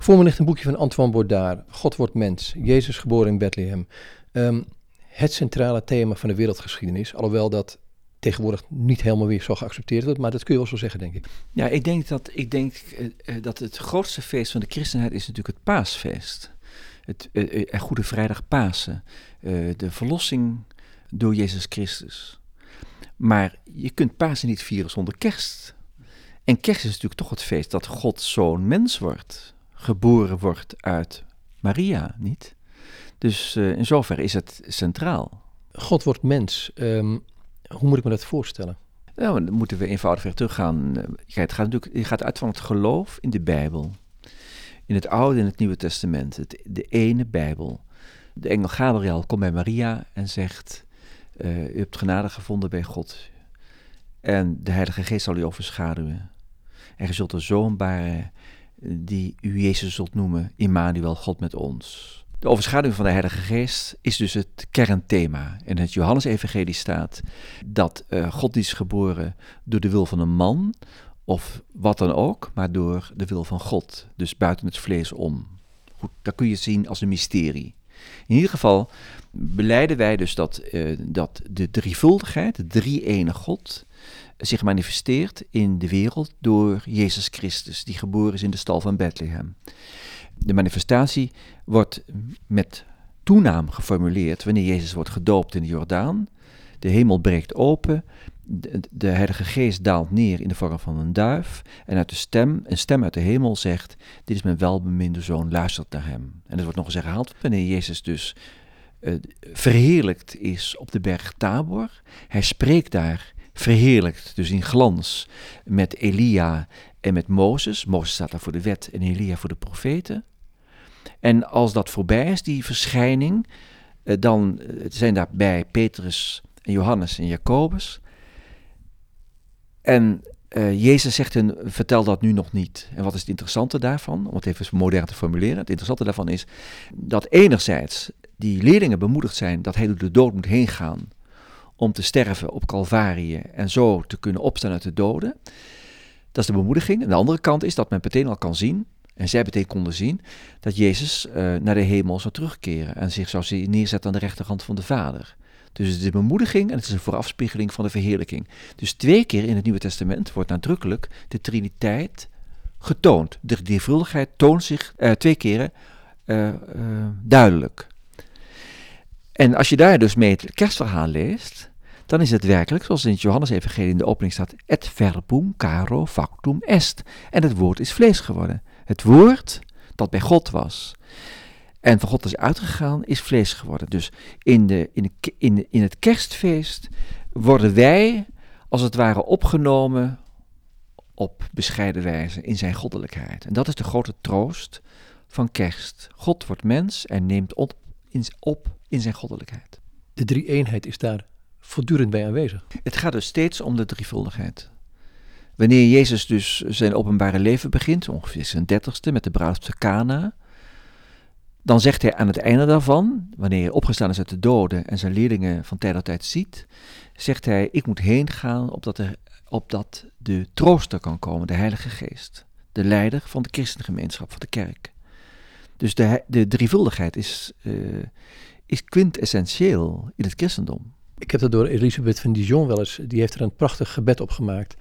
Voor me ligt een boekje van Antoine Baudard, God wordt mens, Jezus geboren in Bethlehem. Het centrale thema van de wereldgeschiedenis, alhoewel dat tegenwoordig niet helemaal weer zo geaccepteerd wordt, maar dat kun je wel zo zeggen, denk ik. Ja, ik denk dat het grootste feest van de christenheid is natuurlijk het paasfeest. Het Goede Vrijdag Pasen. De verlossing door Jezus Christus. Maar je kunt Pasen niet vieren zonder kerst. En kerst is natuurlijk toch het feest dat God zo'n mens wordt. Geboren wordt uit Maria, niet? Dus in zoverre is het centraal. God wordt mens. Hoe moet ik me dat voorstellen? Nou, dan moeten we eenvoudig weer teruggaan. Je gaat uit van het geloof in de Bijbel. In het Oude en het Nieuwe Testament. De ene Bijbel. De engel Gabriel komt bij Maria en zegt: u hebt genade gevonden bij God. En de Heilige Geest zal u overschaduwen. En je zult een zoon baren die u Jezus zult noemen, Immanuel, God met ons. De overschaduwing van de Heilige Geest is dus het kernthema. In het Johannesevangelie staat dat God is geboren door de wil van een man, of wat dan ook, maar door de wil van God. Dus buiten het vlees om. Goed, dat kun je zien als een mysterie. In ieder geval belijden wij dus dat de drievuldigheid, de drie-ene God, zich manifesteert in de wereld door Jezus Christus, die geboren is in de stal van Bethlehem. De manifestatie wordt met toenaam geformuleerd wanneer Jezus wordt gedoopt in de Jordaan. De hemel breekt open, de Heilige Geest daalt neer in de vorm van een duif en een stem uit de hemel zegt: dit is mijn welbeminde zoon, luistert naar hem. En dat wordt nog eens herhaald wanneer Jezus dus verheerlijkt is op de berg Tabor. Hij spreekt daar verheerlijkt, dus in glans, met Elia en met Mozes. Mozes staat daar voor de wet en Elia voor de profeten. En als dat voorbij is, die verschijning, dan zijn daarbij Petrus en Johannes en Jacobus. En Jezus zegt hen: vertel dat nu nog niet. En wat is het interessante daarvan? Om het even modern te formuleren. Het interessante daarvan is dat enerzijds die leerlingen bemoedigd zijn dat hij door de dood moet heen gaan om te sterven op Calvarië en zo te kunnen opstaan uit de doden. Dat is de bemoediging. En de andere kant is dat men meteen al kan zien, en zij meteen konden zien, dat Jezus naar de hemel zou terugkeren en zich zou neerzetten aan de rechterhand van de Vader. Dus het is de bemoediging en het is een voorafspiegeling van de verheerlijking. Dus 2 keer in het Nieuwe Testament wordt nadrukkelijk de Triniteit getoond. De drievuldigheid toont zich 2 keren duidelijk. En als je daar dus mee het kerstverhaal leest, dan is het werkelijk, zoals in het Johannesevangelie in de opening staat: et verbum caro factum est. En het woord is vlees geworden. Het woord dat bij God was en van God is uitgegaan, is vlees geworden. Dus in het kerstfeest worden wij, als het ware, opgenomen op bescheiden wijze in zijn goddelijkheid. En dat is de grote troost van kerst. God wordt mens en neemt op in zijn goddelijkheid. De drie-eenheid is daar voortdurend bij aanwezig. Het gaat dus steeds om de drievuldigheid. Wanneer Jezus dus zijn openbare leven begint, ongeveer zijn 30ste met de bruiloft te Kana, dan zegt hij aan het einde daarvan, wanneer hij opgestaan is uit de doden en zijn leerlingen van tijd tot tijd ziet, zegt hij: ik moet heen gaan opdat de trooster kan komen, de Heilige Geest, de leider van de christengemeenschap, van de kerk. Dus de drievuldigheid is quintessentieel in het christendom. Ik heb dat door Elisabeth van Dijon wel eens, die heeft er een prachtig gebed op gemaakt.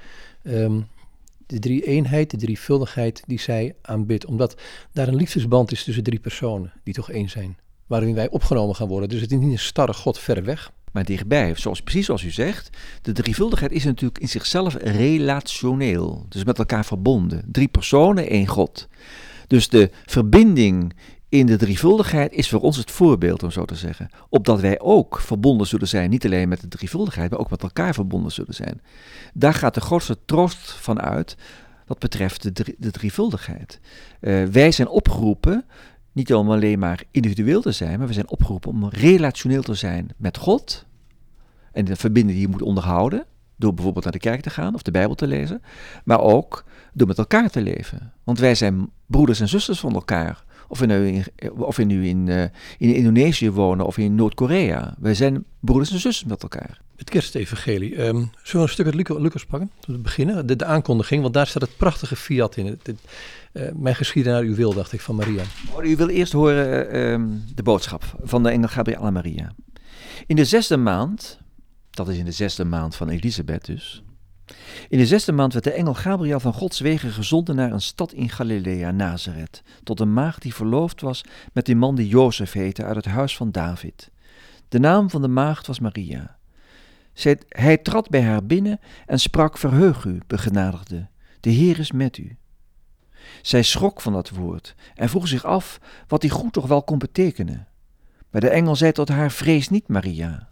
De drie-eenheid, de drievuldigheid die zij aanbidt. Omdat daar een liefdesband is tussen 3 personen die toch één zijn. Waarin wij opgenomen gaan worden. Dus het is niet een starre God ver weg. Maar dichtbij, precies zoals u zegt, de drievuldigheid is natuurlijk in zichzelf relationeel. Dus met elkaar verbonden. 3 personen, 1 God. Dus de verbinding in de drievuldigheid is voor ons het voorbeeld, om zo te zeggen. Opdat wij ook verbonden zullen zijn, niet alleen met de drievuldigheid, maar ook met elkaar verbonden zullen zijn. Daar gaat de grootste troost van uit, wat betreft de drievuldigheid. Wij zijn opgeroepen, niet om alleen maar individueel te zijn, maar we zijn opgeroepen om relationeel te zijn met God. En de verbinding die je moet onderhouden, door bijvoorbeeld naar de kerk te gaan of de Bijbel te lezen, maar ook door met elkaar te leven. Want wij zijn broeders en zusters van elkaar. Of we nu in Indonesië wonen of in Noord-Korea. Wij zijn broeders en zusters met elkaar. Het kerstevangelie. Zullen we een stuk uit Lucas pakken? Om te beginnen. De aankondiging, want daar staat het prachtige fiat in. Mijn geschieden naar uw wil, dacht ik, van Maria. U wil eerst horen de boodschap van de engel Gabriel aan Maria. In de 6e maand, dat is in de 6e maand van Elisabeth dus. In de 6e maand werd de engel Gabriel van Gods wegen gezonden naar een stad in Galilea, Nazareth, tot een maagd die verloofd was met een man die Jozef heette uit het huis van David. De naam van de maagd was Maria. Hij trad bij haar binnen en sprak: verheug u, begenadigde, de Heer is met u. Zij schrok van dat woord en vroeg zich af wat die goed toch wel kon betekenen. Maar de engel zei tot haar: vrees niet, Maria,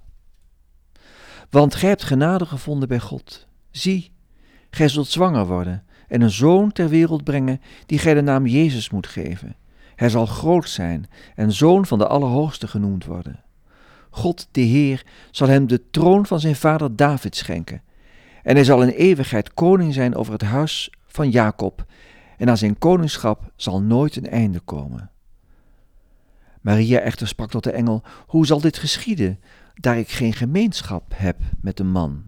want gij hebt genade gevonden bij God. Zie, gij zult zwanger worden en een zoon ter wereld brengen die gij de naam Jezus moet geven. Hij zal groot zijn en zoon van de Allerhoogste genoemd worden. God, de Heer, zal hem de troon van zijn vader David schenken. En hij zal in eeuwigheid koning zijn over het huis van Jacob. En aan zijn koningschap zal nooit een einde komen. Maria echter sprak tot de engel: hoe zal dit geschieden, daar ik geen gemeenschap heb met een man?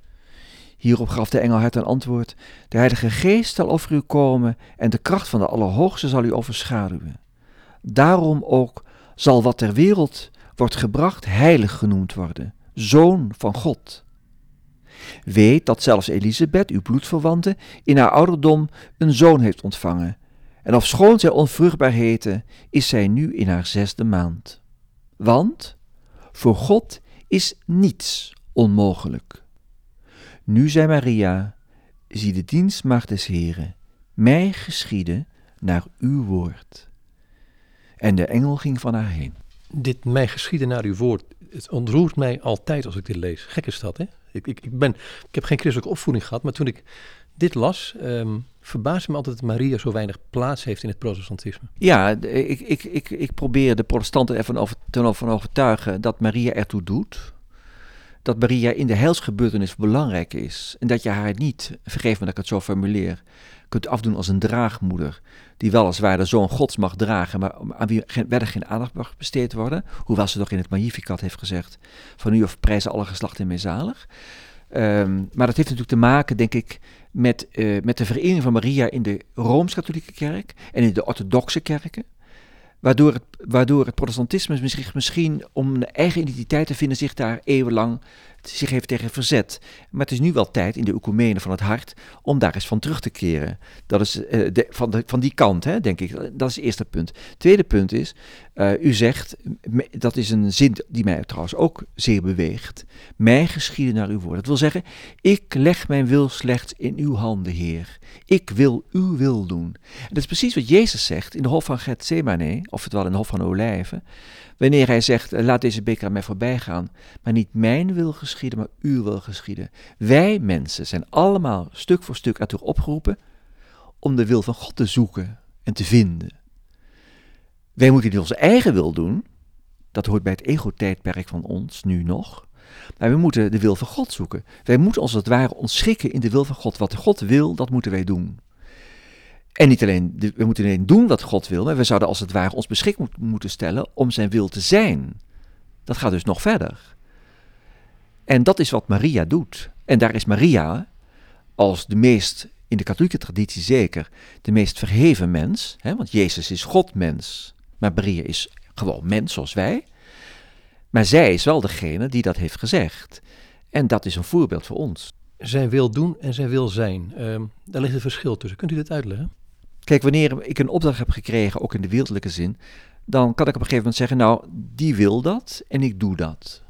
Hierop gaf de engel haar ten antwoord: de Heilige Geest zal over u komen en de kracht van de Allerhoogste zal u overschaduwen. Daarom ook zal wat ter wereld wordt gebracht heilig genoemd worden, zoon van God. Weet dat zelfs Elisabeth, uw bloedverwante, in haar ouderdom een zoon heeft ontvangen. En ofschoon zij onvruchtbaar heette, is zij nu in haar 6e maand. Want voor God is niets onmogelijk. Nu zei Maria: zie de dienstmaagd des Heren, mij geschieden naar uw woord. En de engel ging van haar heen. Dit mij geschieden naar uw woord, het ontroert mij altijd als ik dit lees. Gek is dat, hè? Ik heb geen christelijke opvoeding gehad, maar toen ik dit las, verbaasde me altijd dat Maria zo weinig plaats heeft in het protestantisme. Ja, ik probeer de protestanten ervan van overtuigen dat Maria ertoe doet. Dat Maria in de heilsgebeurtenis belangrijk is. En dat je haar niet, vergeef me dat ik het zo formuleer, kunt afdoen als een draagmoeder. Die weliswaar de Zoon Gods mag dragen, maar aan wie verder geen aandacht mag besteed worden. Hoewel ze toch in het Magnificat heeft gezegd: van u of prijzen alle geslachten mij zalig. Maar dat heeft natuurlijk te maken, denk ik, met de vereniging van Maria in de Rooms-Katholieke kerk en in de orthodoxe kerken. Waardoor het protestantisme misschien om een eigen identiteit te vinden zich daar eeuwenlang zich heeft tegen verzet. Maar het is nu wel tijd in de œcumene van het hart om daar eens van terug te keren. Dat is van die kant, hè, denk ik. Dat is het eerste punt. Tweede punt is, u zegt, dat is een zin die mij trouwens ook zeer beweegt: mij geschieden naar uw woord. Dat wil zeggen, ik leg mijn wil slechts in uw handen, Heer. Ik wil uw wil doen. En dat is precies wat Jezus zegt in de hof van Gethsemane, oftewel in de hof van de Olijven, wanneer hij zegt: laat deze beker aan mij voorbij gaan, maar niet mijn wil geschieden, maar uw wil geschieden. Wij mensen zijn allemaal stuk voor stuk ertoe opgeroepen om de wil van God te zoeken en te vinden. Wij moeten niet onze eigen wil doen, dat hoort bij het ego-tijdperk van ons nu nog, maar we moeten de wil van God zoeken. Wij moeten als het ware ons schikken in de wil van God. Wat God wil, dat moeten wij doen. En niet alleen, we moeten alleen doen wat God wil, maar we zouden als het ware ons beschikbaar moeten stellen om zijn wil te zijn. Dat gaat dus nog verder. En dat is wat Maria doet. En daar is Maria, als de meest, in de katholieke traditie zeker, de meest verheven mens, hè, want Jezus is God-mens, maar Maria is gewoon mens zoals wij. Maar zij is wel degene die dat heeft gezegd. En dat is een voorbeeld voor ons. Zij wil doen en zij wil zijn. Daar ligt een verschil tussen. Kunt u dit uitleggen? Kijk, wanneer ik een opdracht heb gekregen, ook in de wereldlijke zin, dan kan ik op een gegeven moment zeggen: nou, die wil dat en ik doe dat.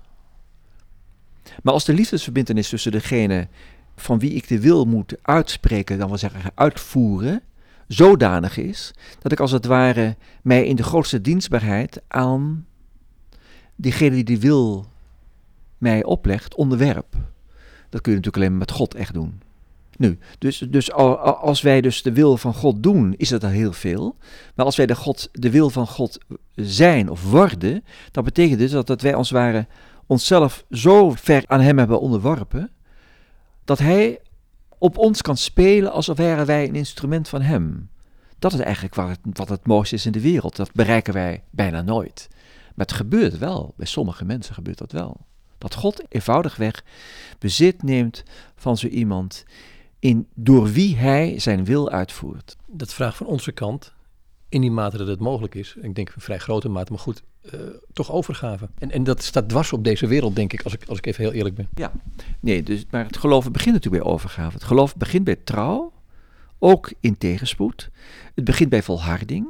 Maar als de liefdesverbintenis tussen degene van wie ik de wil moet uitspreken, dan wil zeggen uitvoeren, zodanig is, dat ik als het ware mij in de grootste dienstbaarheid aan diegene die de wil mij oplegt, onderwerp. Dat kun je natuurlijk alleen met God echt doen. Nu, dus als wij dus de wil van God doen, is dat al heel veel. Maar als wij de wil van God zijn of worden, dan betekent dus dat wij als het ware onszelf zo ver aan hem hebben onderworpen, dat hij op ons kan spelen alsof waren wij een instrument van hem. Dat is eigenlijk wat het mooiste is in de wereld. Dat bereiken wij bijna nooit. Maar het gebeurt wel. Bij sommige mensen gebeurt dat wel. Dat God eenvoudigweg bezit neemt van zo iemand door wie hij zijn wil uitvoert. Dat vraagt van onze kant, in die mate dat het mogelijk is, ik denk in vrij grote mate, maar goed, toch overgave. En dat staat dwars op deze wereld, denk ik, als ik even heel eerlijk ben. Ja, nee, maar het geloof begint natuurlijk bij overgave. Het geloof begint bij trouw, ook in tegenspoed. Het begint bij volharding.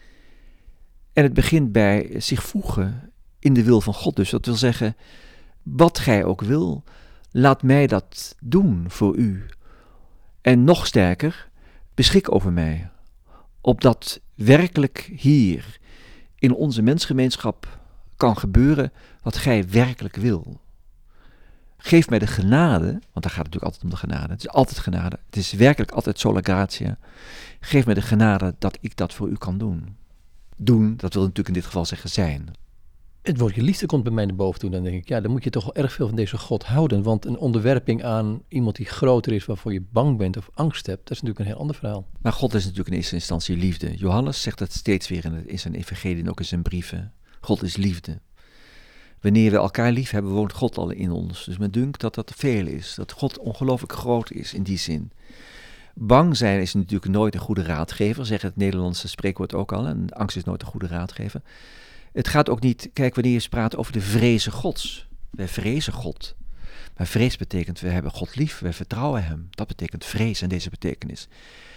En het begint bij zich voegen in de wil van God. Dus dat wil zeggen, wat gij ook wil, laat mij dat doen voor u. En nog sterker, beschik over mij. Opdat werkelijk hier in onze mensgemeenschap kan gebeuren wat gij werkelijk wil. Geef mij de genade, want daar gaat het natuurlijk altijd om de genade. Het is altijd genade. Het is werkelijk altijd sola gratia. Geef mij de genade dat ik dat voor u kan doen. Doen, dat wil natuurlijk in dit geval zeggen zijn. Het woordje liefde komt bij mij naar boven toe. Dan denk ik, ja, dan moet je toch wel erg veel van deze God houden. Want een onderwerping aan iemand die groter is, waarvoor je bang bent of angst hebt, dat is natuurlijk een heel ander verhaal. Maar God is natuurlijk in eerste instantie liefde. Johannes zegt dat steeds weer in zijn evangelie en ook in zijn brieven. God is liefde. Wanneer we elkaar lief hebben, woont God al in ons. Dus men denkt dat dat veel is. Dat God ongelooflijk groot is in die zin. Bang zijn is natuurlijk nooit een goede raadgever, zegt het Nederlandse spreekwoord ook al. En angst is nooit een goede raadgever. Het gaat ook niet, kijk, wanneer je praat over de vrezen Gods. Wij vrezen God. Maar vrees betekent, we hebben God lief, we vertrouwen hem. Dat betekent vrees in deze betekenis.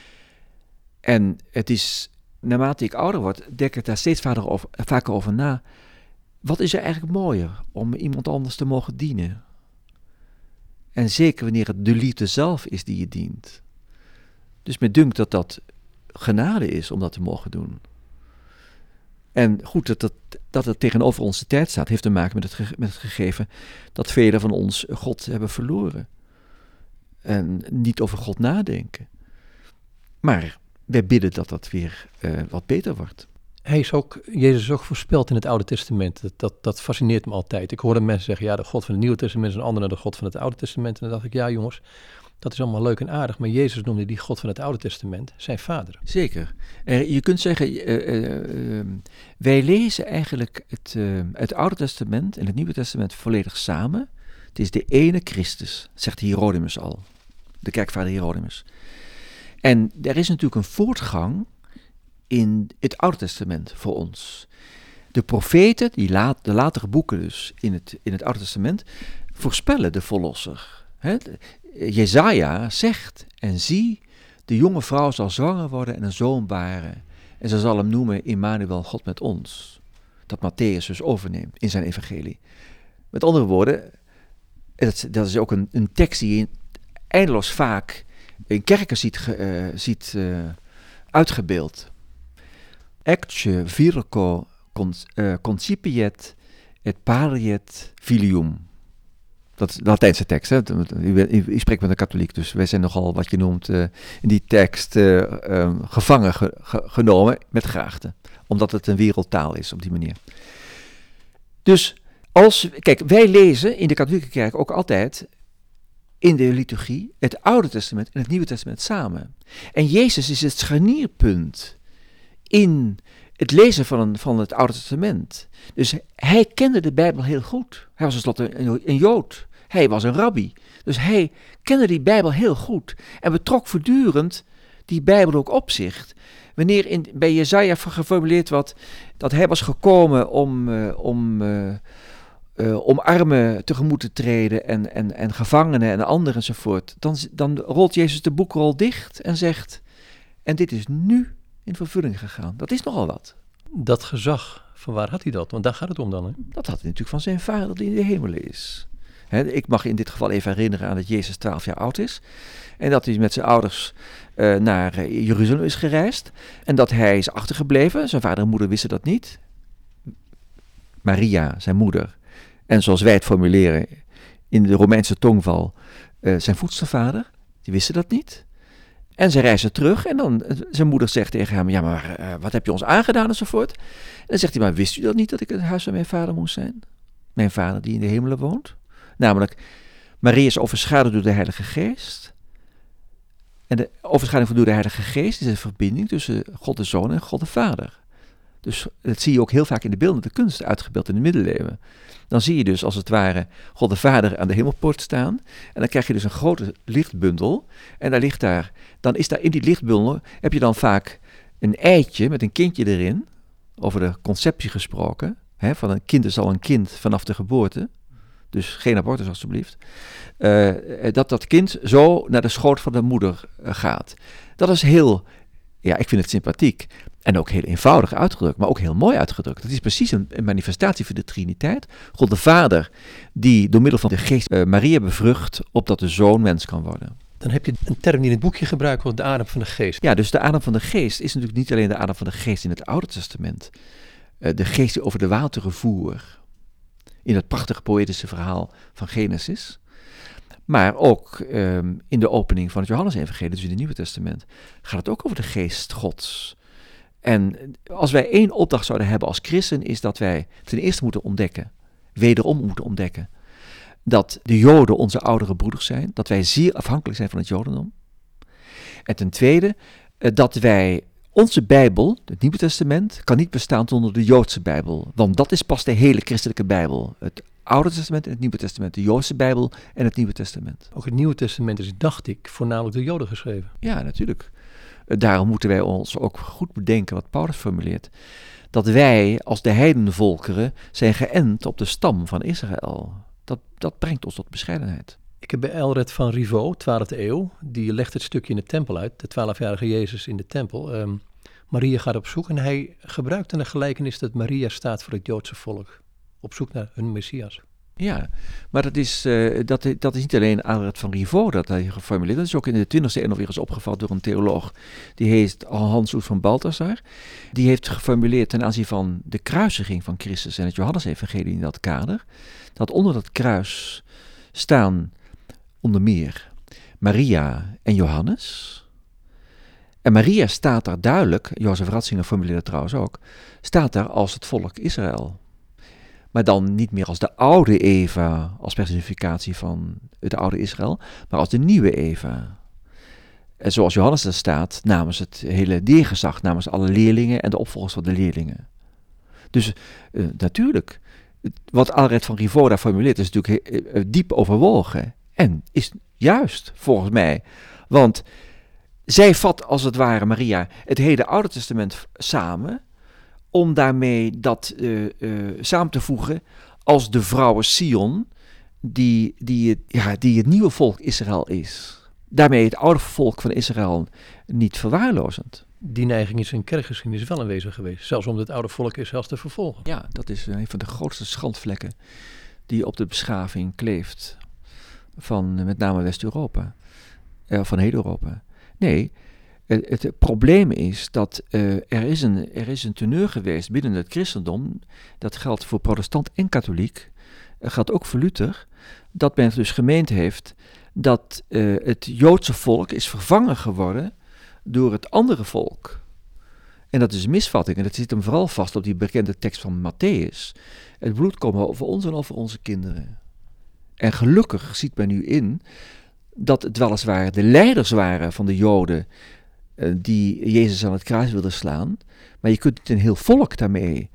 En het is, naarmate ik ouder word, denk ik daar steeds vaker over na. Wat is er eigenlijk mooier om iemand anders te mogen dienen? En zeker wanneer het de liefde zelf is die je dient. Dus me dunkt dat dat genade is om dat te mogen doen. En goed, dat het tegenover onze tijd staat, heeft te maken met het gegeven dat velen van ons God hebben verloren. En niet over God nadenken. Maar wij bidden dat dat weer wat beter wordt. Jezus is ook voorspeld in het Oude Testament. Dat fascineert me altijd. Ik hoorde mensen zeggen, ja, de God van het Nieuwe Testament is een ander dan de God van het Oude Testament. En dan dacht ik, ja jongens, dat is allemaal leuk en aardig. Maar Jezus noemde die God van het Oude Testament zijn vader. Zeker. Je kunt zeggen, wij lezen eigenlijk het Oude Testament en het Nieuwe Testament volledig samen. Het is de ene Christus, zegt Hieronymus al. De kerkvader Hieronymus. En er is natuurlijk een voortgang in het Oude Testament voor ons. De profeten, de latere boeken dus in het Oude Testament, voorspellen de verlosser. Jesaja zegt, en zie, de jonge vrouw zal zwanger worden en een zoon baren. En ze zal hem noemen Immanuel, God met ons. Dat Matthäus dus overneemt in zijn evangelie. Met andere woorden, dat is ook een tekst die je eindeloos vaak in kerken ziet uitgebeeld. Ecce virgo concipiet et pariet filium. Dat is de Latijnse tekst. Hè? U spreekt met een katholiek, dus wij zijn nogal wat je noemt in die tekst gevangen genomen met graagte. Omdat het een wereldtaal is op die manier. Dus kijk, wij lezen in de katholieke kerk ook altijd in de liturgie het Oude Testament en het Nieuwe Testament samen. En Jezus is het scharnierpunt in het lezen van het Oude Testament. Dus hij kende de Bijbel heel goed. Hij was tenslotte een Jood. Hij was een rabbi. Dus hij kende die Bijbel heel goed. En betrok voortdurend die Bijbel ook op zich. Wanneer bij Jesaja geformuleerd wordt dat hij was gekomen om armen tegemoet te treden en gevangenen en anderen enzovoort. Dan rolt Jezus de boekrol dicht en zegt, en dit is nu in vervulling gegaan. Dat is nogal wat. Dat gezag, van waar had hij dat? Want daar gaat het om dan. Hè? Dat had hij natuurlijk van zijn vader die in de hemelen is. Ik mag in dit geval even herinneren aan dat Jezus 12 jaar oud is. En dat hij met zijn ouders naar Jeruzalem is gereisd. En dat hij is achtergebleven. Zijn vader en moeder wisten dat niet. Maria, zijn moeder. En zoals wij het formuleren in de Romeinse tongval, zijn voedstervader. Die wisten dat niet. En ze reizen terug en dan zijn moeder zegt tegen hem, ja maar wat heb je ons aangedaan enzovoort. En dan zegt hij, maar wist u dat niet dat ik in het huis van mijn vader moest zijn? Mijn vader die in de hemelen woont? Namelijk, Maria is overschaduwd door de Heilige Geest. En de overschaduwing door de Heilige Geest is een verbinding tussen God de Zoon en God de Vader. Dus dat zie je ook heel vaak in de beeldende kunst uitgebeeld in de middeleeuwen. Dan zie je dus als het ware God de Vader aan de hemelpoort staan. En dan krijg je dus een grote lichtbundel. En dan is daar in die lichtbundel, heb je dan vaak een eitje met een kindje erin. Over de conceptie gesproken. Van een kind is al een kind vanaf de geboorte. Dus geen abortus alstublieft. Dat kind zo naar de schoot van de moeder gaat. Dat is heel, ik vind het sympathiek. En ook heel eenvoudig uitgedrukt, maar ook heel mooi uitgedrukt. Het is precies een manifestatie van de Triniteit. God de Vader, die door middel van de Geest Maria bevrucht, opdat de Zoon mens kan worden. Dan heb je een term die in het boekje gebruikt wordt, de adem van de Geest. Ja, dus de adem van de Geest is natuurlijk niet alleen de adem van de Geest in het Oude Testament. De Geest die over de wateren voer. In het prachtige poëtische verhaal van Genesis. Maar ook in de opening van het Johannesevangelie, dus in het Nieuwe Testament, gaat het ook over de Geest Gods. En als wij één opdracht zouden hebben als christen, is dat wij ten eerste moeten ontdekken, wederom moeten ontdekken, dat de Joden onze oudere broeders zijn, dat wij zeer afhankelijk zijn van het Jodendom. En ten tweede, dat wij onze Bijbel, het Nieuwe Testament, kan niet bestaan zonder de Joodse Bijbel, want dat is pas de hele christelijke Bijbel. Het Oude Testament en het Nieuwe Testament, de Joodse Bijbel en het Nieuwe Testament. Ook het Nieuwe Testament is, dacht ik, voornamelijk door Joden geschreven. Ja, natuurlijk. Daarom moeten wij ons ook goed bedenken wat Paulus formuleert. Dat wij als de heidenvolkeren zijn geënt op de stam van Israël. Dat brengt ons tot bescheidenheid. Ik heb bij Elred van Rivaux, 12e eeuw, die legt het stukje in de tempel uit. De 12-jarige Jezus in de tempel. Maria gaat op zoek en hij gebruikt een gelijkenis dat Maria staat voor het Joodse volk. Op zoek naar hun Messias. Ja, maar dat is niet alleen Elred van Rivaux dat hij geformuleerd. Dat is ook in de 20e eeuw nog weer eens opgevat door een theoloog. Die heet Hans Oet van Balthasar. Die heeft geformuleerd ten aanzien van de kruisiging van Christus en het Johannesevangelie in dat kader. Dat onder dat kruis staan onder meer Maria en Johannes. En Maria staat daar duidelijk, Jozef Ratzinger formuleerde trouwens ook, staat daar als het volk Israël. Maar dan niet meer als de oude Eva, als personificatie van het oude Israël, maar als de nieuwe Eva. En zoals Johannes er staat, namens het hele leergezag, namens alle leerlingen en de opvolgers van de leerlingen. Dus natuurlijk, wat Elred van Rivaux daar formuleert is natuurlijk diep overwogen. En is juist, volgens mij, want zij vat als het ware, Maria, het hele Oude Testament samen, om daarmee dat samen te voegen als de vrouwen Sion, die het nieuwe volk Israël is. Daarmee het oude volk van Israël niet verwaarlozend. Die neiging is in kerkgeschiedenis wel aanwezig geweest, zelfs om het oude volk Israëls te vervolgen. Ja, dat is een van de grootste schandvlekken die op de beschaving kleeft van met name West-Europa, van heel Europa. Nee, het probleem is dat er is een teneur geweest binnen het christendom, dat geldt voor protestant en katholiek, geldt ook voor Luther, dat men dus gemeend heeft dat het Joodse volk is vervangen geworden door het andere volk. En dat is een misvatting, en dat zit hem vooral vast op die bekende tekst van Matthäus. Het bloed komt over ons en over onze kinderen. En gelukkig ziet men nu in dat het weliswaar de leiders waren van de Joden die Jezus aan het kruis wilden slaan, maar je kunt niet een heel volk daarmee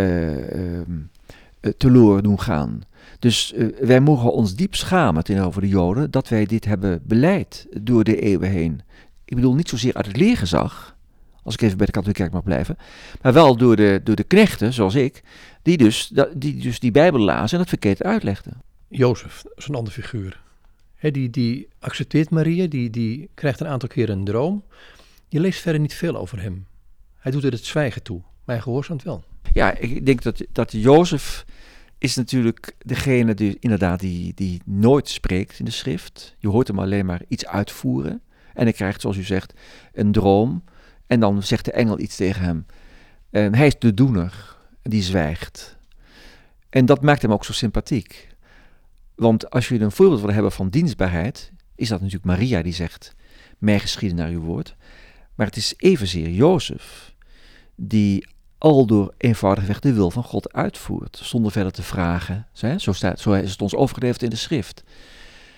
teloor doen gaan. Dus wij mogen ons diep schamen tegenover de Joden dat wij dit hebben beleid door de eeuwen heen. Ik bedoel niet zozeer uit het leergezag, als ik even bij de katholieke kerk mag blijven, maar wel door de knechten, zoals ik, die dus die Bijbel lazen en het verkeerd uitlegden. Jozef is een ander figuur. Die accepteert Maria, die krijgt een aantal keer een droom. Je leest verder niet veel over hem. Hij doet er het zwijgen toe, maar hij gehoorzaamt wel. Ja, ik denk dat Jozef is natuurlijk degene die nooit spreekt in de schrift. Je hoort hem alleen maar iets uitvoeren. En hij krijgt, zoals u zegt, een droom. En dan zegt de engel iets tegen hem. En hij is de doener, die zwijgt. En dat maakt hem ook zo sympathiek. Want als je een voorbeeld wil hebben van dienstbaarheid, is dat natuurlijk Maria die zegt, mij geschieden naar uw woord. Maar het is evenzeer Jozef, die aldoor eenvoudigweg de wil van God uitvoert, zonder verder te vragen. Zo is het ons overgeleverd in de schrift.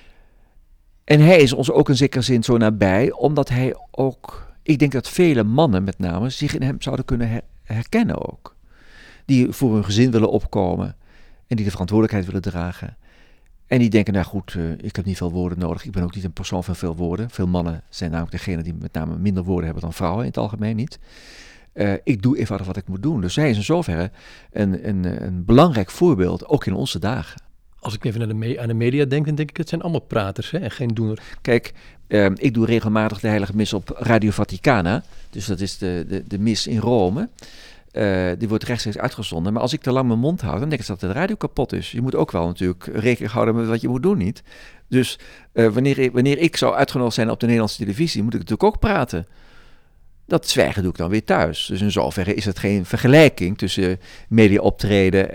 En hij is ons ook in zekere zin zo nabij, omdat hij ook, ik denk dat vele mannen met name, zich in hem zouden kunnen herkennen ook. Die voor hun gezin willen opkomen en die de verantwoordelijkheid willen dragen. En die denken, nou goed, ik heb niet veel woorden nodig, ik ben ook niet een persoon van veel woorden. Veel mannen zijn namelijk degene die met name minder woorden hebben dan vrouwen, in het algemeen niet. Ik doe eenvoudig wat ik moet doen. Dus hij is in zoverre een belangrijk voorbeeld, ook in onze dagen. Als ik even aan de media denk, dan denk ik, het zijn allemaal praters, hè, en geen doener. Kijk, ik doe regelmatig de heilige mis op Radio Vaticana. Dus dat is de mis in Rome. Die wordt rechtstreeks uitgezonden. Maar als ik te lang mijn mond houd, dan denk ik dat de radio kapot is. Je moet ook wel natuurlijk rekening houden met wat je moet doen, niet? Dus wanneer ik zou uitgenodigd zijn op de Nederlandse televisie, moet ik natuurlijk ook praten. Dat zwijgen doe ik dan weer thuis. Dus in zoverre is het geen vergelijking tussen media optreden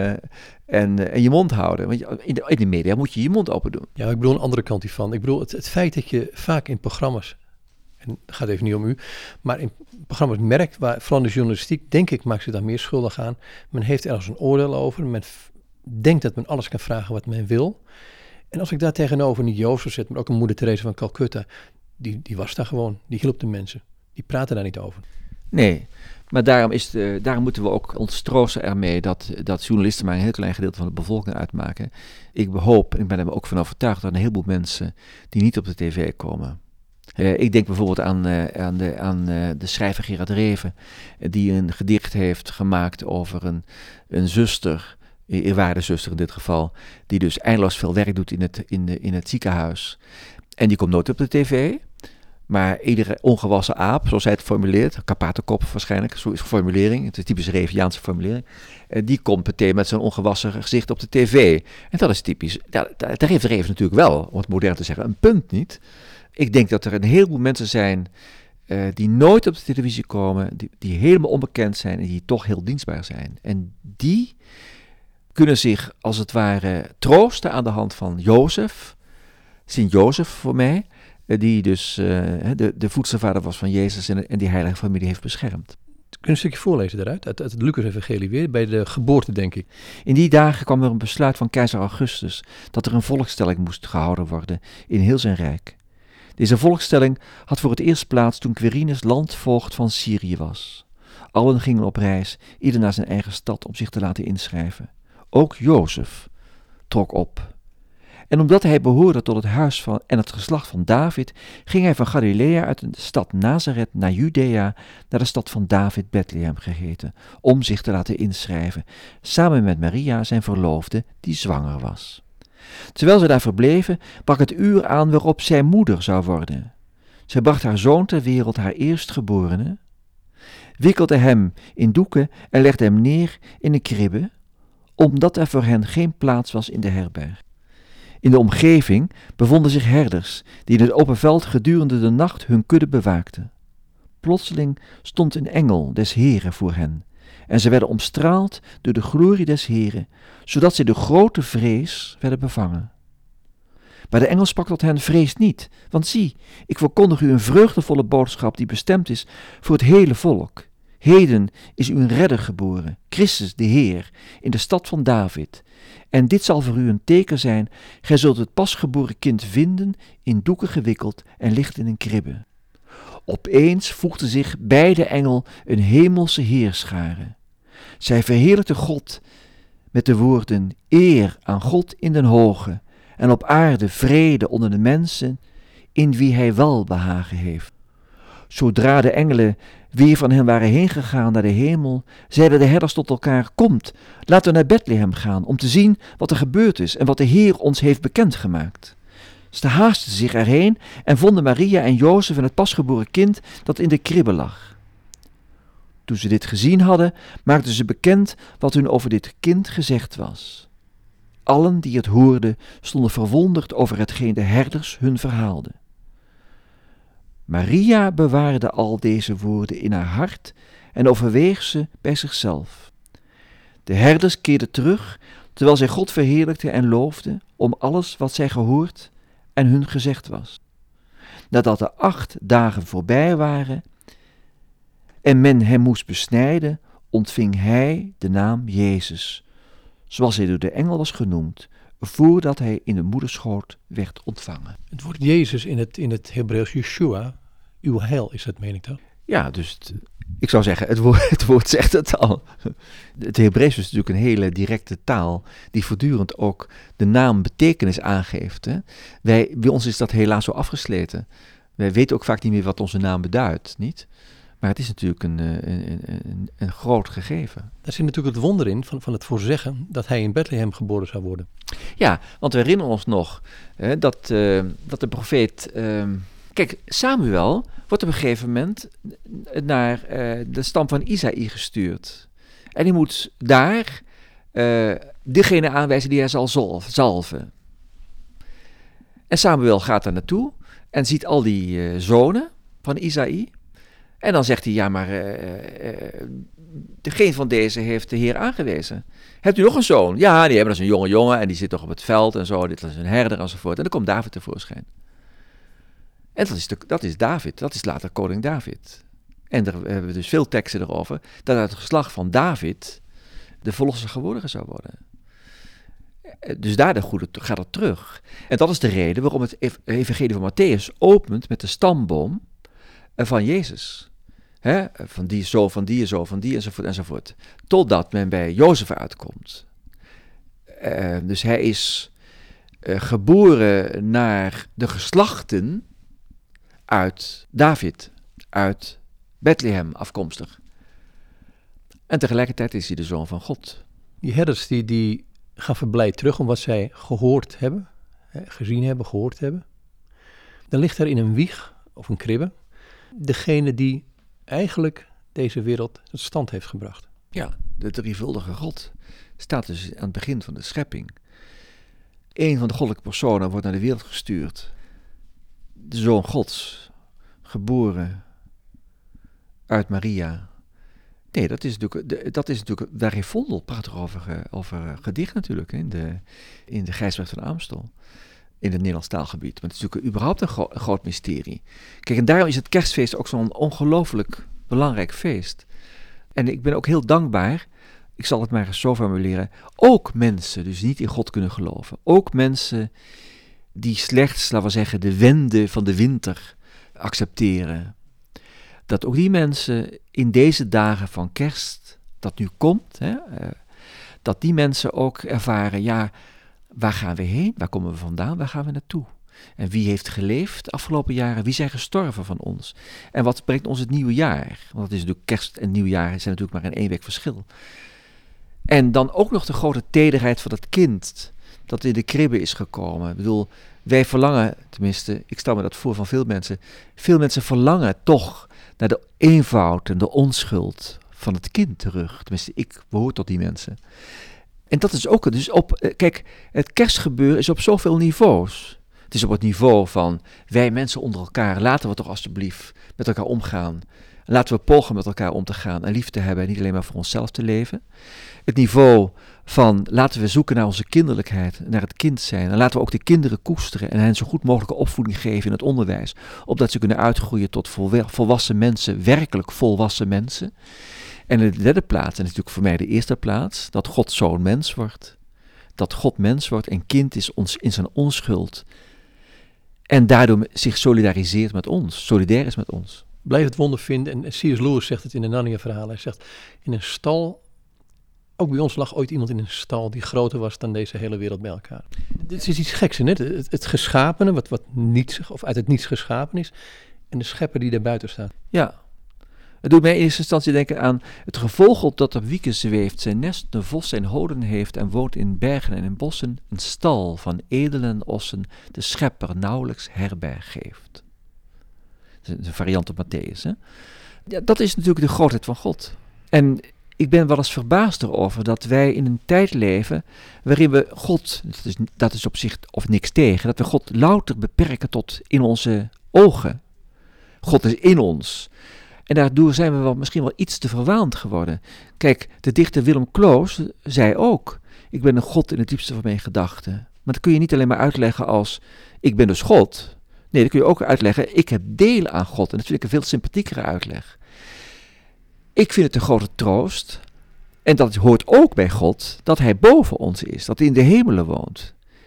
en je mond houden. Want in de media moet je je mond open doen. Ja, ik bedoel een andere kant hiervan. Ik bedoel het feit dat je vaak in programma's, en het gaat even niet om u, maar in programma's merkt, vooral de journalistiek, denk ik, maakt zich daar meer schuldig aan. Men heeft ergens een oordeel over. Men denkt dat men alles kan vragen wat men wil. En als ik daar tegenover niet Jozef zet, maar ook een moeder Teresa van Calcutta, die was daar gewoon, die hielp de mensen. Die praten daar niet over. Nee, maar daarom moeten we ook ons troosten ermee dat journalisten maar een heel klein gedeelte van de bevolking uitmaken. Ik hoop, en ik ben er ook van overtuigd, dat een heleboel mensen die niet op de tv komen. Ik denk bijvoorbeeld aan de schrijver Gerard Reven, die een gedicht heeft gemaakt over een zuster, een eerwaarde zuster in dit geval, die dus eindeloos veel werk doet in het ziekenhuis. En die komt nooit op de tv. Maar iedere ongewassen aap, zoals hij het formuleert, kapatenkop waarschijnlijk, zo is de formulering, het is een typische Reviaanse formulering, die komt meteen met zijn ongewassen gezicht op de tv. En dat is typisch. Daar heeft Reven natuurlijk wel, om het modern te zeggen, een punt niet. Ik denk dat er een heleboel mensen zijn die nooit op de televisie komen, die helemaal onbekend zijn en die toch heel dienstbaar zijn. En die kunnen zich als het ware troosten aan de hand van Jozef, Sint Jozef voor mij, die dus de voedselvader was van Jezus en die heilige familie heeft beschermd. Kun je een stukje voorlezen daaruit, uit het Lucas-evangelie weer, bij de geboorte denk ik. In die dagen kwam er een besluit van keizer Augustus dat er een volkstelling moest gehouden worden in heel zijn rijk. Deze volkstelling had voor het eerst plaats toen Quirinius landvoogd van Syrië was. Allen gingen op reis, ieder naar zijn eigen stad om zich te laten inschrijven. Ook Jozef trok op. En omdat hij behoorde tot het huis en het geslacht van David, ging hij van Galilea uit de stad Nazareth naar Judea, naar de stad van David, Bethlehem geheten, om zich te laten inschrijven, samen met Maria, zijn verloofde, die zwanger was. Terwijl ze daar verbleven, brak het uur aan waarop zij moeder zou worden. Zij bracht haar zoon ter wereld, haar eerstgeborene, wikkelde hem in doeken en legde hem neer in een kribbe, omdat er voor hen geen plaats was in de herberg. In de omgeving bevonden zich herders, die in het open veld gedurende de nacht hun kudde bewaakten. Plotseling stond een engel des Heren voor hen, en ze werden omstraald door de glorie des Heren, zodat zij de grote vrees werden bevangen. Maar de engel sprak tot hen: vrees niet, want zie, ik verkondig u een vreugdevolle boodschap die bestemd is voor het hele volk. Heden is u een redder geboren, Christus de Heer, in de stad van David. En dit zal voor u een teken zijn, gij zult het pasgeboren kind vinden, in doeken gewikkeld en ligt in een kribbe. Opeens voegde zich bij de engel een hemelse heerschare. Zij verheerlijkte God met de woorden: eer aan God in den hoge, en op aarde vrede onder de mensen, in wie hij welbehagen heeft. Zodra de engelen weer van hen waren heen gegaan naar de hemel, zeiden de herders tot elkaar: komt, laten we naar Bethlehem gaan, om te zien wat er gebeurd is en wat de Heer ons heeft bekendgemaakt. Ze haasten zich erheen en vonden Maria en Jozef en het pasgeboren kind dat in de kribbe lag. Toen ze dit gezien hadden, maakten ze bekend wat hun over dit kind gezegd was. Allen die het hoorden, stonden verwonderd over hetgeen de herders hun verhaalden. Maria bewaarde al deze woorden in haar hart en overweeg ze bij zichzelf. De herders keerden terug, terwijl zij God verheerlijkten en loofden om alles wat zij gehoord en hun gezegd was. Nadat de 8 dagen voorbij waren en men hem moest besnijden, ontving hij de naam Jezus, zoals hij door de engel was genoemd, voordat hij in de moederschoot werd ontvangen. Het woord Jezus in het Hebreeuws Yeshua, uw heil is het, meen ik toch? Ja, dus ik zou zeggen, het woord zegt het al. Het Hebreeuws is natuurlijk een hele directe taal die voortdurend ook de naam betekenis aangeeft. Hè? Bij ons is dat helaas zo afgesleten. Wij weten ook vaak niet meer wat onze naam beduidt, niet? Maar het is natuurlijk een groot gegeven. Daar zit natuurlijk het wonder in van het voorzeggen dat hij in Bethlehem geboren zou worden. Ja, want we herinneren ons nog dat de profeet... Kijk, Samuel wordt op een gegeven moment naar de stam van Isaïe gestuurd. En hij moet daar degene aanwijzen die hij zal zalven. En Samuel gaat daar naartoe en ziet al die zonen van Isaïe. En dan zegt hij, ja, maar geen van deze heeft de Heer aangewezen. Hebt u nog een zoon? Ja, die hebben, dat is een jonge jongen en die zit toch op het veld en zo. Dit is een herder enzovoort. En dan komt David tevoorschijn. En dat is David, dat is later koning David. En daar hebben we dus veel teksten erover, dat uit het geslacht van David de verlosser geworden zou worden. Dus daar gaat het terug. En dat is de reden waarom het evangelie van Matthäus opent met de stamboom van Jezus. Van die zo, van die zo, van die enzovoort enzovoort. Totdat men bij Jozef uitkomt. Dus hij is geboren naar de geslachten uit David, uit Bethlehem afkomstig. En tegelijkertijd is hij de zoon van God. Die herders die gaan verblijd terug om wat zij gehoord hebben, gezien hebben, gehoord hebben. Dan ligt er in een wieg of een kribbe degene die eigenlijk deze wereld tot stand heeft gebracht. Ja, de drievuldige God staat dus aan het begin van de schepping. Een van de goddelijke personen wordt naar de wereld gestuurd. De Zoon Gods, geboren uit Maria. Nee, dat is natuurlijk daar heeft Vondel prachtig over gedicht natuurlijk, in de Gijsbrecht van Aemstel, in het Nederlands taalgebied. Maar het is natuurlijk überhaupt een groot mysterie. Kijk, en daarom is het kerstfeest ook zo'n ongelooflijk belangrijk feest. En ik ben ook heel dankbaar, ik zal het maar eens zo formuleren, ook mensen dus niet in God kunnen geloven. Ook mensen die slechts, laten we zeggen, de wende van de winter accepteren. Dat ook die mensen in deze dagen van kerst, dat nu komt, dat die mensen ook ervaren, ja, waar gaan we heen? Waar komen we vandaan? Waar gaan we naartoe? En wie heeft geleefd de afgelopen jaren? Wie zijn gestorven van ons? En wat brengt ons het nieuwe jaar? Want het is natuurlijk kerst en nieuwjaar zijn natuurlijk maar in 1 week verschil. En dan ook nog de grote tederheid van het kind dat in de kribbe is gekomen. Ik bedoel, wij verlangen, tenminste, ik stel me dat voor van veel mensen verlangen toch naar de eenvoud en de onschuld van het kind terug. Tenminste, ik behoor tot die mensen. En dat is ook, dus kijk, het kerstgebeuren is op zoveel niveaus. Het is op het niveau van wij mensen onder elkaar, laten we toch alsjeblieft met elkaar omgaan. Laten we pogen met elkaar om te gaan en lief te hebben en niet alleen maar voor onszelf te leven. Het niveau van laten we zoeken naar onze kinderlijkheid, naar het kind zijn. En laten we ook de kinderen koesteren en hen zo goed mogelijke opvoeding geven in het onderwijs. Opdat ze kunnen uitgroeien tot volwassen mensen, werkelijk volwassen mensen. En in de derde plaats, en natuurlijk voor mij de eerste plaats, dat God zo'n mens wordt. Dat God mens wordt en kind is in zijn onschuld. En daardoor zich solidariseert met ons, solidair is met ons. Blijf het wonder vinden. En C.S. Lewis zegt het in de Narnia-verhalen. Hij zegt, in een stal, ook bij ons lag ooit iemand in een stal die groter was dan deze hele wereld bij elkaar. Dit is iets geks, hè? Het geschapene, wat niets, of uit het niets geschapen is, en de schepper die daar buiten staat. Ja, het doet mij in eerste instantie denken aan het gevogelte dat op wieken zweeft, zijn nest, de vos zijn hoden heeft en woont in bergen en in bossen, een stal van edelen ossen, de schepper nauwelijks herberg geeft. Dat is een variant op Matthäus. Hè? Ja, dat is natuurlijk de grootheid van God. En ik ben wel eens verbaasd erover dat wij in een tijd leven waarin we God, dat is op zich of niks tegen, dat we God louter beperken tot in onze ogen. God is in ons. En daardoor zijn we misschien wel iets te verwaand geworden. Kijk, de dichter Willem Kloos zei ook, ik ben een God in het diepste van mijn gedachten. Maar dat kun je niet alleen maar uitleggen als, ik ben dus God. Nee, dat kun je ook uitleggen, ik heb deel aan God. En dat vind ik een veel sympathiekere uitleg. Ik vind het een grote troost, en dat hoort ook bij God, dat hij boven ons is, dat hij in de hemelen woont.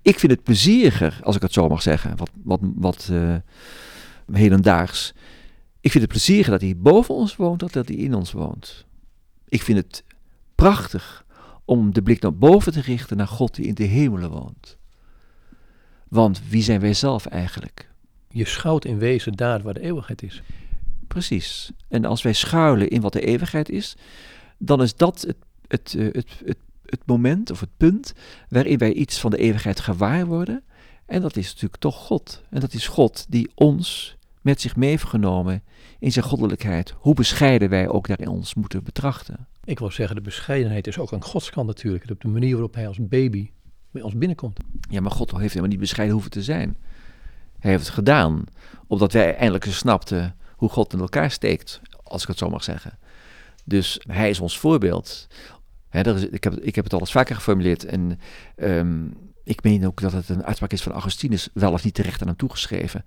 Ik vind het plezieriger, als ik het zo mag zeggen, wat hedendaags. Ik vind het plezieriger dat hij boven ons woont, dan dat hij in ons woont. Ik vind het prachtig om de blik naar boven te richten, naar God die in de hemelen woont. Want wie zijn wij zelf eigenlijk? Je schouwt in wezen daar waar de eeuwigheid is. Precies. En als wij schuilen in wat de eeuwigheid is, dan is dat het moment of het punt waarin wij iets van de eeuwigheid gewaar worden. En dat is natuurlijk toch God. En dat is God die ons met zich mee heeft genomen in zijn goddelijkheid. Hoe bescheiden wij ook daarin ons moeten betrachten. Ik wil zeggen, de bescheidenheid is ook aan Gods kant natuurlijk. Op de manier waarop hij als baby bij ons binnenkomt. Ja, maar God heeft helemaal niet bescheiden hoeven te zijn. Hij heeft het gedaan, omdat wij eindelijk eens snapten hoe God in elkaar steekt, als ik het zo mag zeggen. Dus hij is ons voorbeeld. Ik heb het al eens vaker geformuleerd en ik meen ook dat het een uitspraak is van Augustinus, wel of niet terecht aan hem toegeschreven.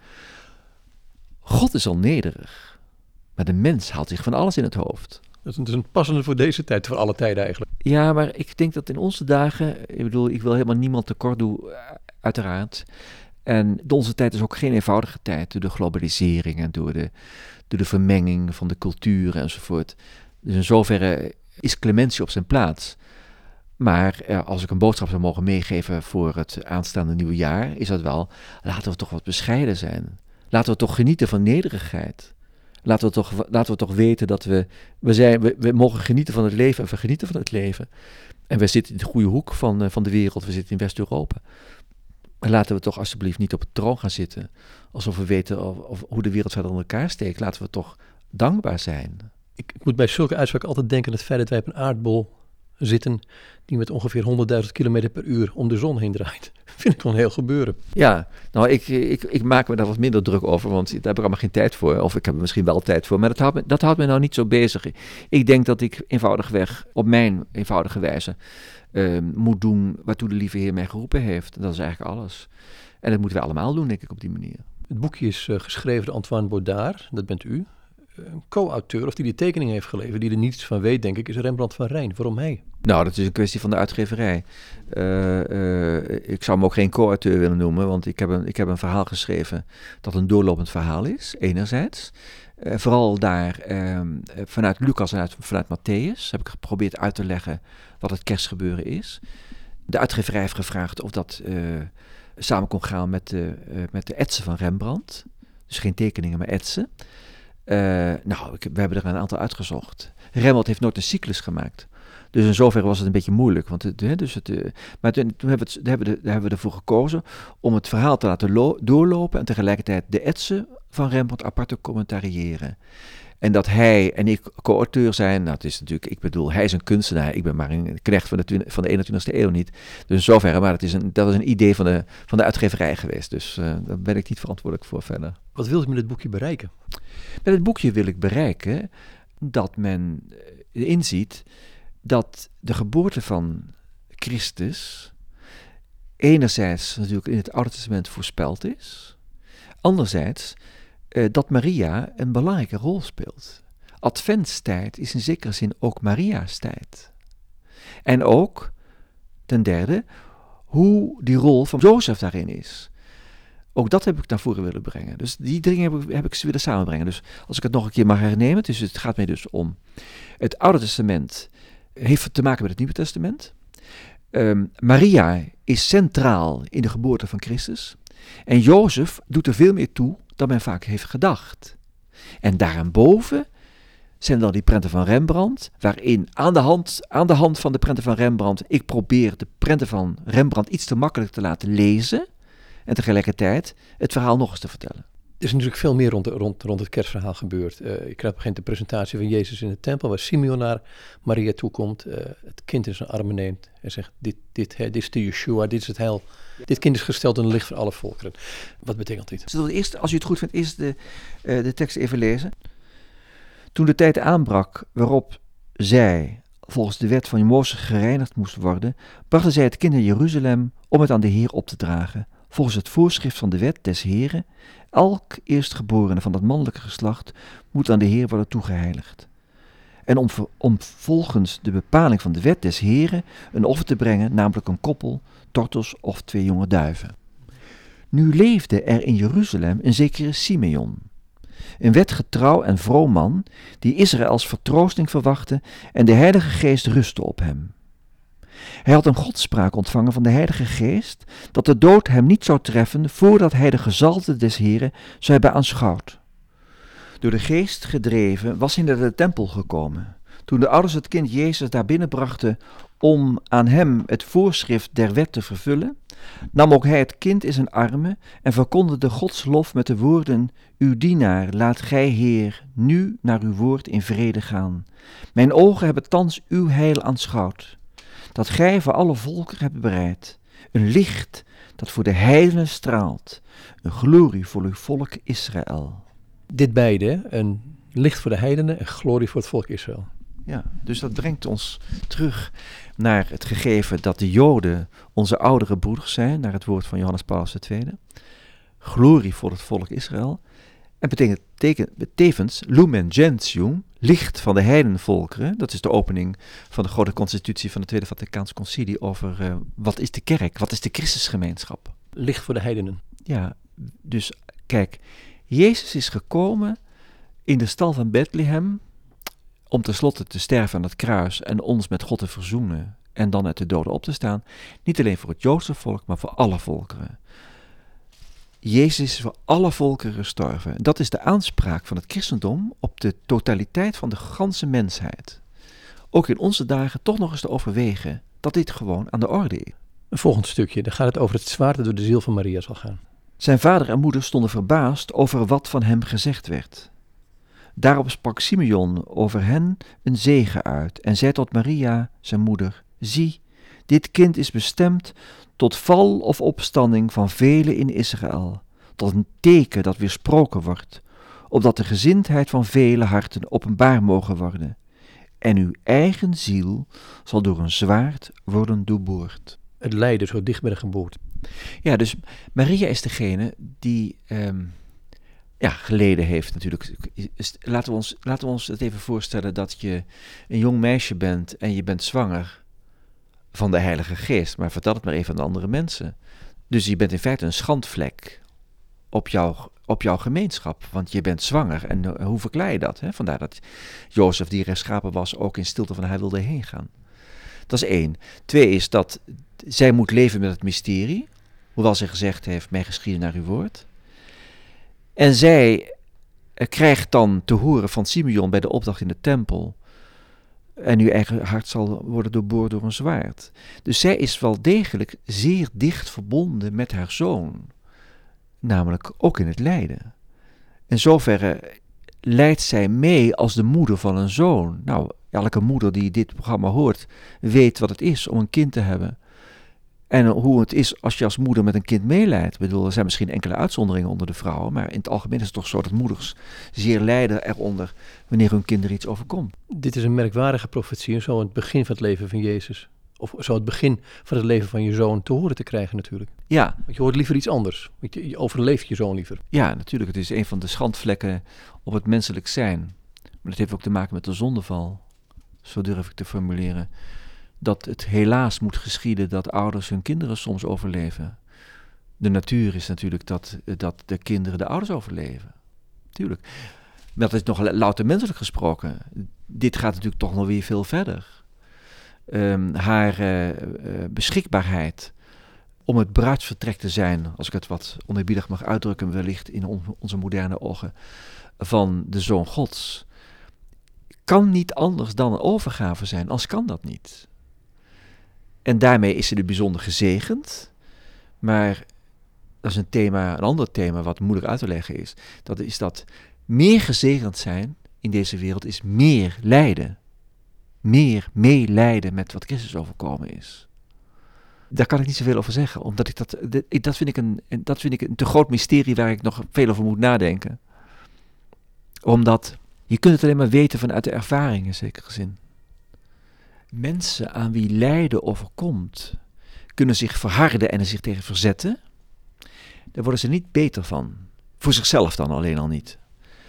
God is al nederig, maar de mens haalt zich van alles in het hoofd. Dat is een passende voor deze tijd, voor alle tijden eigenlijk. Ja, maar ik denk dat in onze dagen, ik wil helemaal niemand tekort doen, uiteraard. En onze tijd is ook geen eenvoudige tijd, door de globalisering en door de vermenging van de culturen enzovoort. Dus in zoverre is clementie op zijn plaats. Maar als ik een boodschap zou mogen meegeven voor het aanstaande nieuwe jaar, is dat wel, laten we toch wat bescheiden zijn. Laten we toch genieten van nederigheid. Laten we toch weten dat we mogen genieten van het leven en vergenieten van het leven. En we zitten in de goede hoek van de wereld, we zitten in West-Europa. Maar laten we toch alsjeblieft niet op het troon gaan zitten, alsof we weten hoe de wereld verder in elkaar steekt. Laten we toch dankbaar zijn. Ik moet bij zulke uitspraken altijd denken aan het feit dat wij op een aardbol zitten die met ongeveer 100.000 kilometer per uur om de zon heen draait. Vind ik wel een heel gebeuren. Ja, nou ik maak me daar wat minder druk over, want daar heb ik allemaal geen tijd voor. Of ik heb er misschien wel tijd voor, maar dat houdt me nou niet zo bezig. Ik denk dat ik eenvoudigweg op mijn eenvoudige wijze moet doen waartoe de lieve Heer mij geroepen heeft. En dat is eigenlijk alles. En dat moeten we allemaal doen, denk ik, op die manier. Het boekje is geschreven door Antoine Baudard, dat bent u. Een co-auteur, of die tekening heeft geleverd, die er niets van weet, denk ik, is Rembrandt van Rijn. Waarom hij? Nou, dat is een kwestie van de uitgeverij. Ik zou hem ook geen co-auteur willen noemen, want ik heb een verhaal geschreven dat een doorlopend verhaal is, enerzijds. Vooral daar vanuit Lucas en vanuit Matthäus heb ik geprobeerd uit te leggen wat het kerstgebeuren is. De uitgeverij heeft gevraagd of dat samen kon gaan met de etsen van Rembrandt. Dus geen tekeningen, maar etsen. We hebben er een aantal uitgezocht. Rembrandt heeft nooit een cyclus gemaakt. Dus in zoverre was het een beetje moeilijk. Maar toen hebben we ervoor gekozen om het verhaal te laten doorlopen en tegelijkertijd de etsen van Rembrandt apart te commentariëren. En dat hij en ik co-auteur zijn, nou het is natuurlijk, ik bedoel, hij is een kunstenaar, ik ben maar een knecht van de 21ste eeuw niet. Dus in zoverre, maar dat is een idee van de uitgeverij geweest. Dus daar ben ik niet verantwoordelijk voor verder. Wat wilt u met dit boekje bereiken? Met het boekje wil ik bereiken dat men inziet dat de geboorte van Christus enerzijds natuurlijk in het Oude Testament voorspeld is, anderzijds dat Maria een belangrijke rol speelt. Adventstijd is in zekere zin ook Maria's tijd. En ook, ten derde, hoe die rol van Jozef daarin is. Ook dat heb ik naar voren willen brengen. Dus die dingen heb ik ze willen samenbrengen. Dus als ik het nog een keer mag hernemen, dus het gaat mij dus om. Het Oude Testament heeft te maken met het Nieuwe Testament. Maria is centraal in de geboorte van Christus. En Jozef doet er veel meer toe dan men vaak heeft gedacht. En daarboven zijn dan die prenten van Rembrandt, waarin aan de hand van de prenten van Rembrandt, ik probeer de prenten van Rembrandt iets te makkelijk te laten lezen en tegelijkertijd het verhaal nog eens te vertellen. Er is natuurlijk veel meer rond het kerstverhaal gebeurd. Ik krijg op een de presentatie van Jezus in de tempel, waar Simeon naar Maria toekomt, het kind in zijn armen neemt en zegt, dit is de Yeshua, dit is het heil. Dit kind is gesteld in het licht voor alle volkeren. Wat betekent dit? Zullen we eerst, als u het goed vindt, eerst de tekst even lezen? Toen de tijd aanbrak waarop zij volgens de wet van Mozes gereinigd moest worden, brachten zij het kind naar Jeruzalem om het aan de Heer op te dragen. Volgens het voorschrift van de wet des Heren, elk eerstgeborene van het mannelijke geslacht moet aan de Heer worden toegeheiligd. en om volgens de bepaling van de wet des Heren een offer te brengen, namelijk een koppel, tortels of 2 jonge duiven. Nu leefde er in Jeruzalem een zekere Simeon, een wetgetrouw en vroom man, die Israëls vertroosting verwachtte en de Heilige Geest rustte op hem. Hij had een godspraak ontvangen van de Heilige Geest, dat de dood hem niet zou treffen voordat hij de gezalfde des Heren zou hebben aanschouwd. Door de Geest gedreven was hij naar de tempel gekomen. Toen de ouders het kind Jezus daar binnenbrachten om aan hem het voorschrift der wet te vervullen, nam ook hij het kind in zijn armen en verkondigde Gods lof met de woorden: Uw dienaar laat gij, Heer, nu naar uw woord in vrede gaan. Mijn ogen hebben thans uw heil aanschouwd, dat gij voor alle volken hebt bereid. Een licht dat voor de heidenen straalt, een glorie voor uw volk Israël. Dit beide, een licht voor de heidenen en glorie voor het volk Israël. Ja, dus dat brengt ons terug naar het gegeven dat de Joden onze oudere broeders zijn, naar het woord van Johannes Paulus II. Glorie voor het volk Israël. En betekent tevens Lumen Gentium, licht van de heidenvolkeren. Dat is de opening van de grote constitutie van het Tweede Vaticaans Concilie over wat is de kerk, wat is de Christusgemeenschap. Licht voor de heidenen. Ja, dus kijk, Jezus is gekomen in de stal van Bethlehem om tenslotte te sterven aan het kruis en ons met God te verzoenen en dan uit de doden op te staan. Niet alleen voor het Joodse volk, maar voor alle volkeren. Jezus is voor alle volkeren gestorven. Dat is de aanspraak van het christendom op de totaliteit van de ganse mensheid. Ook in onze dagen toch nog eens te overwegen dat dit gewoon aan de orde is. Een volgend stukje, dan gaat het over het zwaard dat door de ziel van Maria zal gaan. Zijn vader en moeder stonden verbaasd over wat van hem gezegd werd. Daarop sprak Simeon over hen een zegen uit en zei tot Maria, zijn moeder: Zie, dit kind is bestemd tot val of opstanding van velen in Israël, tot een teken dat weersproken wordt, opdat de gezindheid van vele harten openbaar mogen worden. En uw eigen ziel zal door een zwaard worden doorboord. Het lijden zo dicht bij de geboorte. Ja, dus Maria is degene die geleden heeft natuurlijk. Laten we ons het even voorstellen dat je een jong meisje bent en je bent zwanger van de Heilige Geest. Maar vertel het maar even aan de andere mensen. Dus je bent in feite een schandvlek op jouw gemeenschap, want je bent zwanger. En hoe verklaar je dat? Hè? Vandaar dat Jozef, die rechtschapen was, ook in stilte van hij wilde heen gaan. Dat is 1. 2 is dat zij moet leven met het mysterie, hoewel zij gezegd heeft, mij geschieden naar uw woord. En zij krijgt dan te horen van Simeon bij de opdracht in de tempel: en uw eigen hart zal worden doorboord door een zwaard. Dus zij is wel degelijk zeer dicht verbonden met haar zoon, namelijk ook in het lijden. In zoverre leidt zij mee als de moeder van een zoon. Nou, elke moeder die dit programma hoort, weet wat het is om een kind te hebben. En hoe het is als je als moeder met een kind meeleidt. Ik bedoel, er zijn misschien enkele uitzonderingen onder de vrouwen, maar in het algemeen is het toch zo dat moeders zeer lijden eronder wanneer hun kinderen iets overkomt. Dit is een merkwaardige profetie, zo aan het begin van het leven van Jezus. Of zo het begin van het leven van je zoon te horen te krijgen natuurlijk. Ja. Want je hoort liever iets anders. Je overleeft je zoon liever. Ja, natuurlijk. Het is een van de schandvlekken op het menselijk zijn. Maar dat heeft ook te maken met de zondeval. Zo durf ik te formuleren. Dat het helaas moet geschieden dat ouders hun kinderen soms overleven. De natuur is natuurlijk dat de kinderen de ouders overleven. Tuurlijk. Maar dat is nog louter menselijk gesproken. Dit gaat natuurlijk toch nog weer veel verder. Haar beschikbaarheid om het bruidsvertrek te zijn, als ik het wat oneerbiedig mag uitdrukken, wellicht in onze moderne ogen, van de Zoon Gods, kan niet anders dan een overgave zijn, anders kan dat niet. En daarmee is ze er bijzonder gezegend, maar dat is een ander thema wat moeilijk uit te leggen is. Dat is dat meer gezegend zijn in deze wereld is meer lijden. Meer meelijden met wat Christus overkomen is. Daar kan ik niet zoveel over zeggen, omdat dat vind ik een te groot mysterie waar ik nog veel over moet nadenken. Omdat je kunt het alleen maar weten vanuit de ervaring in zekere zin. Mensen aan wie lijden overkomt, kunnen zich verharden en er zich tegen verzetten. Daar worden ze niet beter van. Voor zichzelf dan alleen al niet.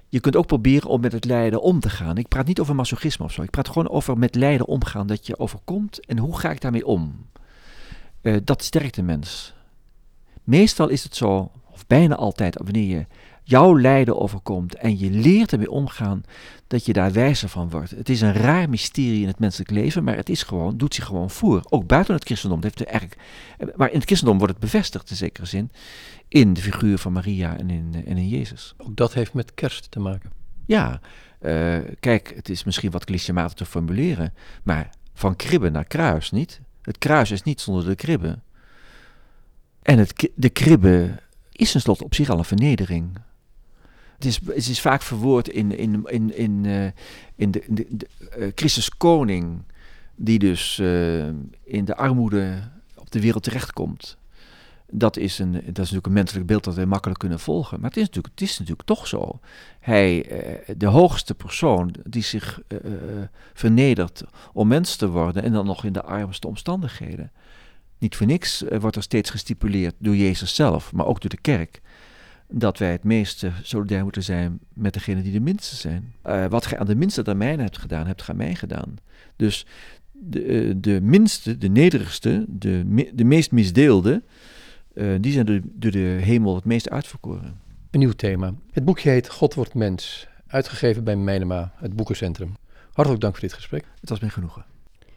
je kunt ook proberen om met het lijden om te gaan. Ik praat niet over masochisme of zo. Ik praat gewoon over met lijden omgaan. Dat je overkomt en hoe ga ik daarmee om? Dat sterkt de mens. Meestal is het zo, of bijna altijd, wanneer je jouw lijden overkomt en je leert ermee omgaan, dat je daar wijzer van wordt. Het is een raar mysterie in het menselijk leven, maar het is gewoon, doet zich gewoon voor. Ook buiten het christendom. Maar in het christendom wordt het bevestigd in zekere zin in de figuur van Maria en in Jezus. Ook dat heeft met kerst te maken. Ja, kijk, het is misschien wat clichématig te formuleren, maar van kribbe naar kruis, niet? Het kruis is niet zonder de kribbe. En de kribbe is tenslotte op zich al een vernedering. Het is vaak verwoord in Christus koning, die dus in de armoede op de wereld terechtkomt. Dat is natuurlijk een menselijk beeld dat wij makkelijk kunnen volgen. Maar het is natuurlijk toch zo. Hij, de hoogste persoon die zich vernedert om mens te worden en dan nog in de armste omstandigheden. Niet voor niks wordt er steeds gestipuleerd door Jezus zelf, maar ook door de kerk, dat wij het meeste solidair moeten zijn met degenen die de minste zijn. Wat gij aan de minste der mijnen hebt gedaan, hebt gij mij gedaan. Dus de minste, de nederigste, de meest misdeelde, die zijn door de hemel het meest uitverkoren. Een nieuw thema. Het boekje heet God wordt mens, uitgegeven bij Meinema, het Boekencentrum. Hartelijk dank voor dit gesprek. Het was mij genoegen.